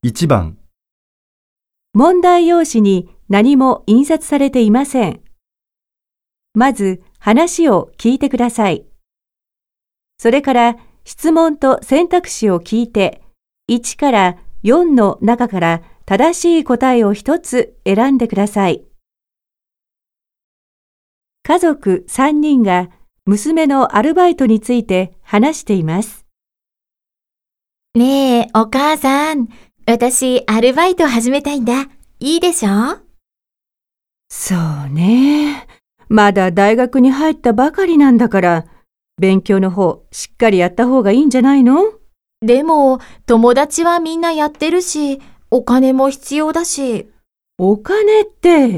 1番、 問題用紙に何も印刷されていません。まず話を聞いてください。それから質問と選択肢を聞いて、1から4の中から正しい答えを一つ選んでください。家族3人が娘のアルバイトについて話しています。 ねえ、お母さん、私アルバイト始めたいんだ。いいでしょ？ そうね。まだ大学に入ったばかりなんだから、勉強の方しっかりやった方がいいんじゃないの？ でも、友達はみんなやってるし、お金も必要だし。 お金って、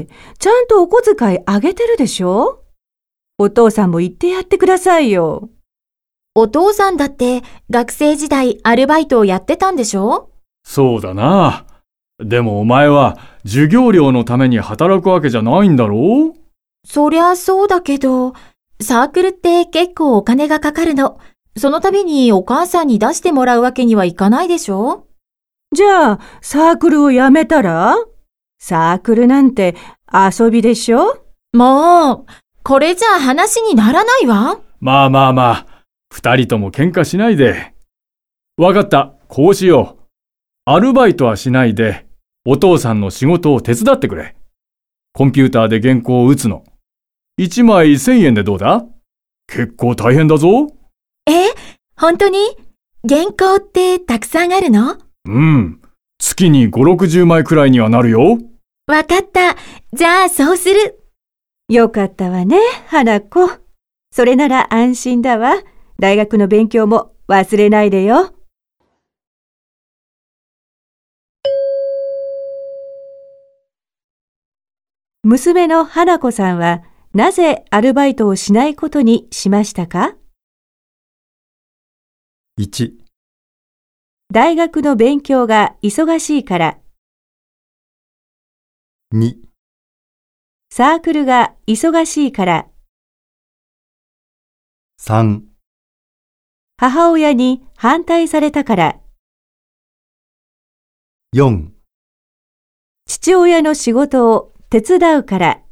ちゃんとお小遣いあげてるでしょ？お父さんも言ってやってくださいよ。 お父さんだって学生時代アルバイトをやってたんでしょ？ そうだな。でもお前は授業料のために働くわけじゃないんだろう？ そりゃそうだけど、サークルって結構お金がかかるの。その度にお母さんに出してもらうわけにはいかないでしょ？ じゃあ、サークルをやめたら？サークルなんて遊びでしょ？ もう、これじゃ話にならないわ。 まあ、二人とも喧嘩しないで。わかった、こうしよう。アルバイトはしないで、お父さんの仕事を手伝ってくれ。コンピューターで原稿を打つの。1枚1000円でどうだ？結構大変だぞ。 本当に？原稿ってたくさんあるの？ うん。月に5、60枚くらいにはなるよ。 わかった。じゃあそうする。 よかったわね、花子。それなら安心だわ。大学の勉強も忘れないでよ。娘の花子さんはなぜアルバイトをしないことにしましたか？ 1、 大学の勉強が忙しいから。 2、 サークルが忙しいから。 3、 母親に反対されたから。 4 父親の仕事を手伝うから。